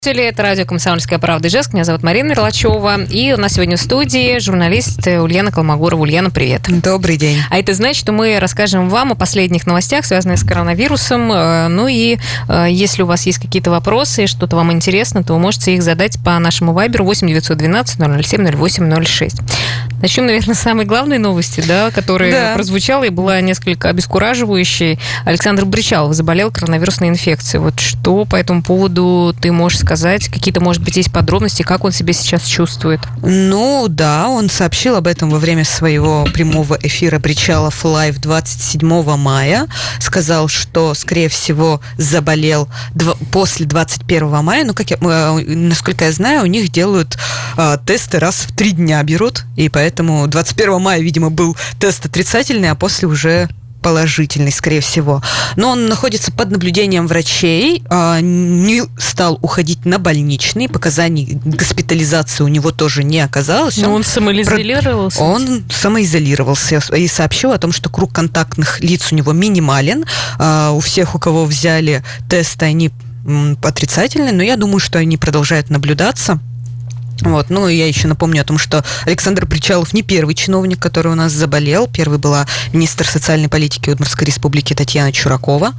Это радио «Комсомольская правда» Ижевск. Меня зовут Марина Мерлачева. И у нас сегодня в студии журналист Ульяна Колмогорова. Ульяна, привет. Добрый день. А это значит, что мы расскажем вам о последних новостях, связанных с коронавирусом. Ну и если у вас есть какие-то вопросы, что-то вам интересно, то вы можете их задать по нашему вайберу 8-912-007-08-06. Начнем, наверное, с самой главной новости, которая прозвучала и была несколько обескураживающей. Александр Бричалов заболел коронавирусной инфекцией. Вот что по этому поводу ты можешь сказать? Какие-то, может быть, есть подробности, как он себя сейчас чувствует? Ну, да, он сообщил об этом во время своего прямого эфира Бричалов Лайв 27 мая. Сказал, что, скорее всего, заболел после 21 мая. Ну, насколько я знаю, у них делают тесты раз в 3 дня берут. И поэтому 21 мая, видимо, был тест отрицательный, а после уже положительный, скорее всего. Но он находится под наблюдением врачей, не стал уходить на больничный, показаний госпитализации у него тоже не оказалось. Но он самоизолировался? Он самоизолировался и сообщил о том, что круг контактных лиц у него минимален. У всех, у кого взяли тесты, они отрицательные, но я думаю, что они продолжают наблюдаться. Ну, и я еще напомню о том, что Александр Бричалов не первый чиновник, который у нас заболел. Первый была министр социальной политики Удмуртской республики Татьяна Чуракова.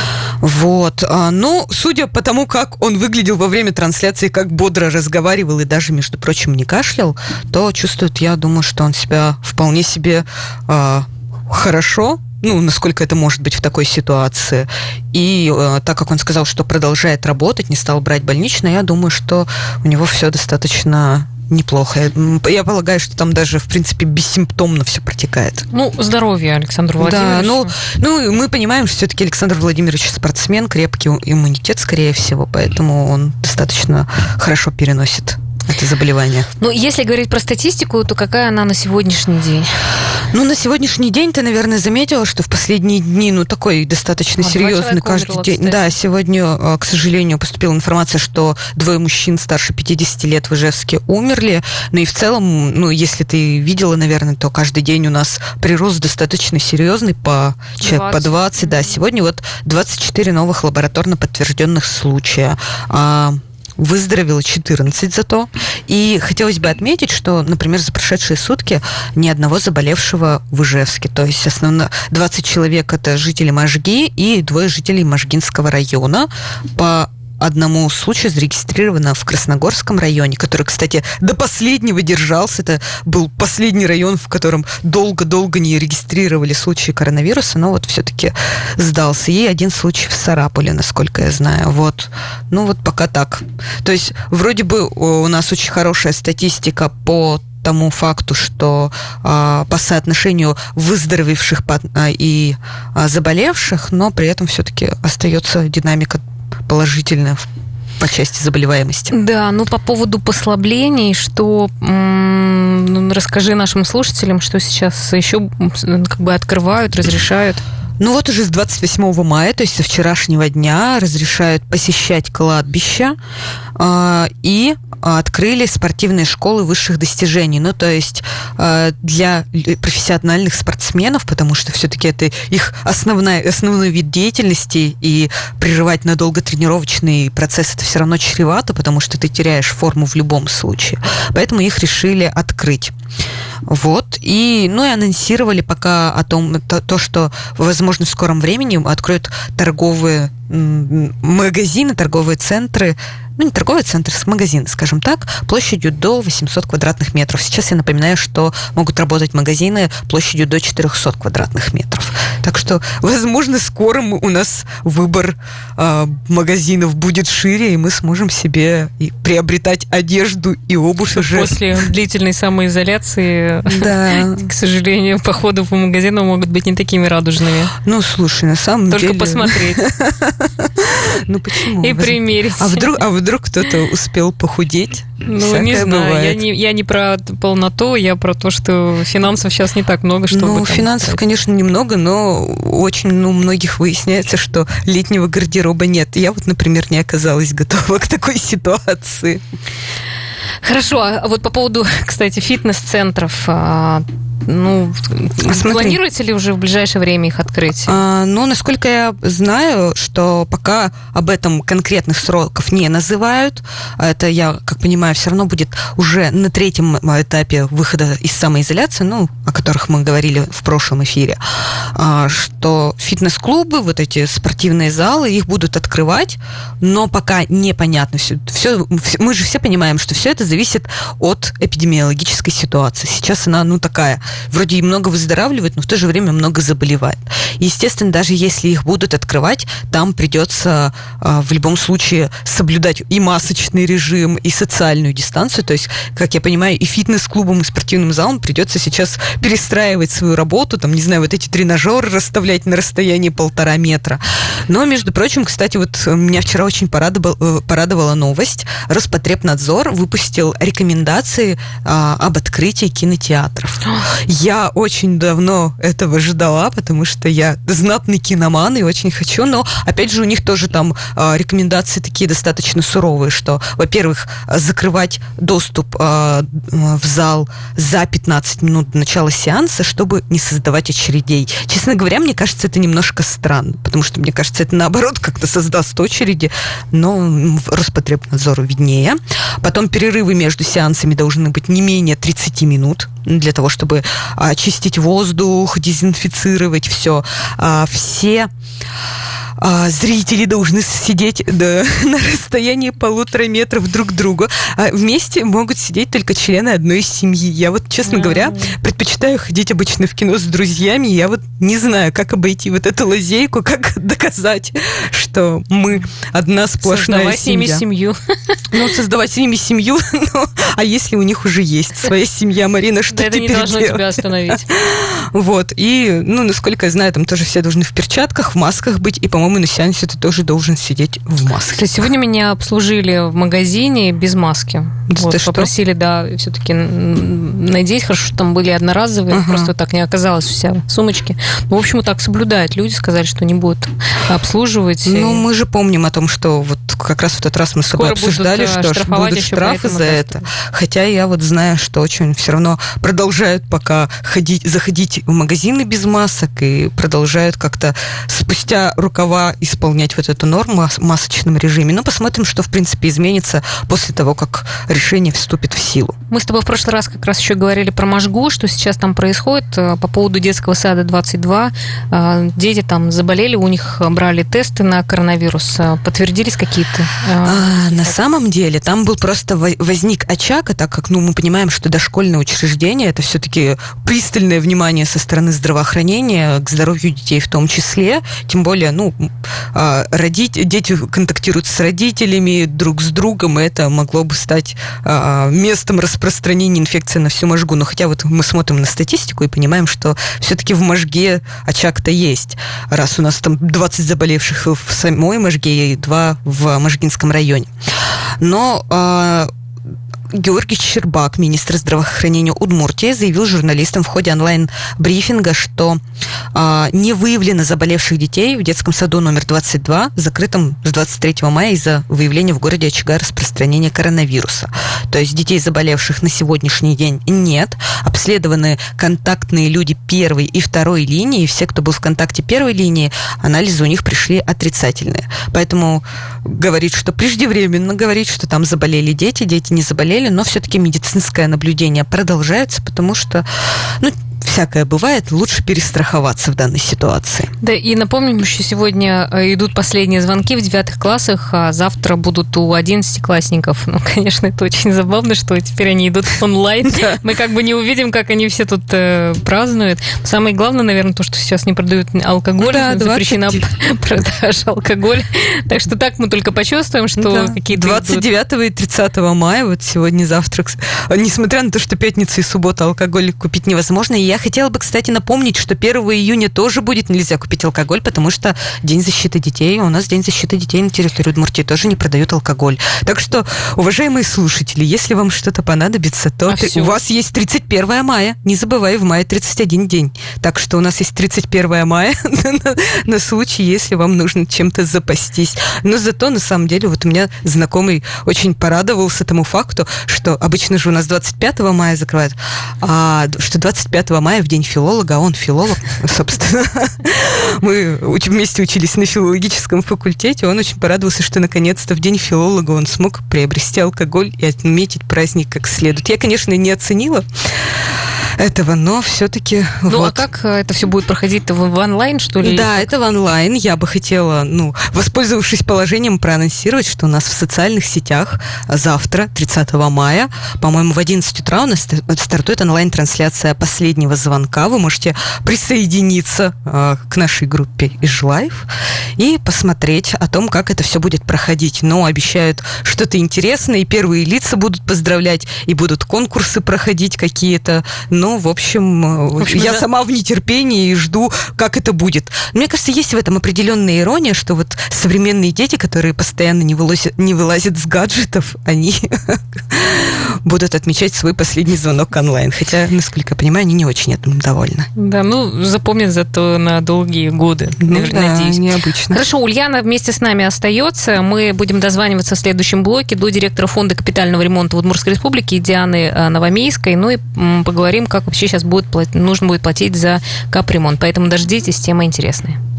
Ну, судя по тому, как он выглядел во время трансляции, как бодро разговаривал и даже, между прочим, не кашлял, то чувствует, я думаю, что он себя вполне себе хорошо, насколько это может быть в такой ситуации. И так как он сказал, что продолжает работать, не стал брать больничное, я думаю, что у него все достаточно неплохо. Я полагаю, что там даже, в принципе, бессимптомно все протекает. Здоровье Александру Владимировичу. Да, мы понимаем, что все-таки Александр Владимирович спортсмен, крепкий иммунитет, скорее всего, поэтому он достаточно хорошо переносит это заболевание. Если говорить про статистику, то какая она на сегодняшний день? На сегодняшний день ты, наверное, заметила, что в последние дни, такой достаточно серьезный каждый день. Да, сегодня, к сожалению, поступила информация, что 2 мужчин старше 50 лет в Ижевске умерли. И в целом, если ты видела, наверное, то каждый день у нас прирост достаточно серьезный, по 20. Да, сегодня 24 новых лабораторно подтвержденных случая. Выздоровело 14 зато. И хотелось бы отметить, что, например, за прошедшие сутки ни одного заболевшего в Ижевске. То есть, основно 20 человек – это жители Можги и 2 жителей Можгинского района. По одному случаю зарегистрировано в Красногорском районе, который, кстати, до последнего держался. Это был последний район, в котором долго-долго не регистрировали случаи коронавируса, но все-таки сдался. И 1 случай в Сарапуле, насколько я знаю. Пока так. То есть, вроде бы у нас очень хорошая статистика по тому факту, что по соотношению выздоровевших и заболевших, но при этом все-таки остается динамика положительная по части заболеваемости. Да, по поводу послаблений, что расскажи нашим слушателям, что сейчас еще открывают, разрешают. Уже с 28 мая, то есть со вчерашнего дня, разрешают посещать кладбища и открыли спортивные школы высших достижений. То есть для профессиональных спортсменов, потому что все-таки это их основной вид деятельности, и прерывать надолго тренировочный процесс это все равно чревато, потому что ты теряешь форму в любом случае. Поэтому их решили открыть. И анонсировали пока о том, что, возможно, в скором времени откроют торговые магазины, торговые центры, не торговые центры, магазины, скажем так, площадью до 800 квадратных метров. Сейчас я напоминаю, что могут работать магазины площадью до 400 квадратных метров. Так что, возможно, скоро у нас выбор магазинов будет шире, и мы сможем себе приобретать одежду и обувь уже. После длительной самоизоляции, к сожалению, походы по магазинам могут быть не такими радужными. Слушай, на самом деле... Только посмотреть. Почему? И примерить. А вдруг кто-то успел похудеть? Не знаю. Я не про полноту, я про то, что финансов сейчас не так много, чтобы... Финансов, конечно, немного, но очень у многих выясняется, что летнего гардероба нет. Я например, не оказалась готова к такой ситуации. Хорошо. А по поводу, кстати, фитнес-центров... Планируете ли уже в ближайшее время их открыть? Насколько я знаю, что пока об этом конкретных сроков не называют, это, я как понимаю, все равно будет уже на 3-м этапе выхода из самоизоляции, о которых мы говорили в прошлом эфире, что фитнес-клубы, вот эти спортивные залы, их будут открывать, но пока непонятно все. Мы же все понимаем, что все это зависит от эпидемиологической ситуации. Сейчас она, такая, вроде и много выздоравливает, но в то же время много заболевает. Естественно, даже если их будут открывать, там придется в любом случае соблюдать и масочный режим, и социальную дистанцию. То есть, как я понимаю, и фитнес-клубам, и спортивным залам придется сейчас перестраивать свою работу, вот эти тренажеры расставлять на расстоянии 1,5 метра. Но, между прочим, кстати, меня вчера очень порадовала новость. Роспотребнадзор выпустил рекомендации об открытии кинотеатров. Я очень давно этого ждала, потому что я знатный киноман и очень хочу, но, опять же, у них тоже там рекомендации такие достаточно суровые, что, во-первых, закрывать доступ в зал за 15 минут до начала сеанса, чтобы не создавать очередей. Честно говоря, мне кажется, это немножко странно, потому что, мне кажется, это, наоборот, как-то создаст очереди, но Роспотребнадзору виднее. Потом перерывы между сеансами должны быть не менее 30 минут для того, чтобы очистить воздух, дезинфицировать все. Все зрители должны сидеть на расстоянии 1,5 метров друг к другу. Вместе могут сидеть только члены одной семьи. Я честно говоря, предпочитаю ходить обычно в кино с друзьями. Я не знаю, как обойти эту лазейку, как доказать, что мы одна сплошная семья. Создавать с ними семью. А если у них уже есть своя семья, Марина, что теперь делать? Это не должно тебя остановить. И, насколько я знаю, там тоже все должны в перчатках, в масках быть, и, по-моему, на сеансе ты тоже должен сидеть в маске. Кстати, сегодня меня обслужили в магазине без маски. Попросили, все-таки надеть. Хорошо, что там были одноразовые, просто так не оказалось вся в сумочке. В общем, так соблюдают люди, сказали, что не будут обслуживать. Мы же помним о том, что как раз в тот раз мы с тобой обсуждали, что будут штрафы за это. Хотя я знаю, что очень все равно продолжают пока заходить в магазины без масок и продолжают как-то спустя рукава исполнять эту норму в масочном режиме. Но посмотрим, что, в принципе, изменится после того, как решение вступит в силу. Мы с тобой в прошлый раз как раз еще говорили про Можгу, что сейчас там происходит по поводу детского сада 22. Дети там заболели, у них брали тесты на коронавирус. Подтвердились какие-то? На самом деле там был просто возник очаг, а так как мы понимаем, что дошкольное учреждение это все-таки пристальное внимание со стороны здравоохранения к здоровью детей в том числе, тем более, дети контактируют с родителями, друг с другом, и это могло бы стать местом распространения инфекции на всю Можгу. Но хотя мы смотрим на статистику и понимаем, что все-таки в Можге очаг-то есть. Раз у нас там 20 заболевших в самой Можге и 2 в Можгинском районе. Но Георгий Щербак, министр здравоохранения Удмуртии, заявил журналистам в ходе онлайн-брифинга, что не выявлено заболевших детей в детском саду номер 22, закрытом с 23 мая из-за выявления в городе очага распространения коронавируса. То есть детей, заболевших на сегодняшний день, нет. Обследованы контактные люди первой и второй линии. Все, кто был в контакте первой линии, анализы у них пришли отрицательные. Поэтому говорит, что преждевременно говорить, что там заболели дети не заболели, но все-таки медицинское наблюдение продолжается, потому что, всякое бывает, лучше перестраховаться в данной ситуации. Да, и напомним, еще сегодня идут последние звонки в 9 классах, а завтра будут у 11-классников. Конечно, это очень забавно, что теперь они идут онлайн. Мы не увидим, как они все тут празднуют. Самое главное, наверное, то, что сейчас не продают алкоголь, запрещена продажа алкоголя. Так что так мы только почувствуем, что какие-то 29 и 30 мая, сегодня-завтра, несмотря на то, что пятница и суббота алкоголь купить невозможно, и я хотела бы, кстати, напомнить, что 1 июня тоже будет нельзя купить алкоголь, потому что День защиты детей, у нас День защиты детей на территории Удмуртии тоже не продают алкоголь. Так что, уважаемые слушатели, если вам что-то понадобится, то у вас есть 31 мая. Не забывай, в мае 31 день. Так что у нас есть 31 мая на случай, если вам нужно чем-то запастись. Но зато, на самом деле, у меня знакомый очень порадовался тому факту, что обычно же у нас 25 мая закрывают, а что 25 мая мая, в день филолога, а он филолог, собственно. Мы вместе учились на филологическом факультете, он очень порадовался, что наконец-то в день филолога он смог приобрести алкоголь и отметить праздник как следует. Я, конечно, не оценила этого, но все-таки... Ну, а как это все будет проходить-то в онлайн, что ли? Да, это в онлайн. Я бы хотела, воспользовавшись положением, проанонсировать, что у нас в социальных сетях завтра, 30 мая, по-моему, в 11 утра у нас стартует онлайн-трансляция последнего звонка. Вы можете присоединиться к нашей группе IJLive и посмотреть о том, как это все будет проходить. Но обещают что-то интересное, и первые лица будут поздравлять, и будут конкурсы проходить какие-то. Но, в общем, я сама в нетерпении и жду, как это будет. Мне кажется, есть в этом определенная ирония, что вот современные дети, которые постоянно не вылазят с гаджетов, они будут отмечать свой последний звонок онлайн. Хотя, насколько я понимаю, они не очень этим довольны. Да, запомнят зато на долгие годы, надеюсь. Необычно. Хорошо, Ульяна вместе с нами остается. Мы будем дозваниваться в следующем блоке до директора фонда капитального ремонта в Удмуртской республике Дианы Новомейской. И поговорим, как вообще сейчас нужно будет платить за капремонт. Поэтому дождитесь, тема интересная.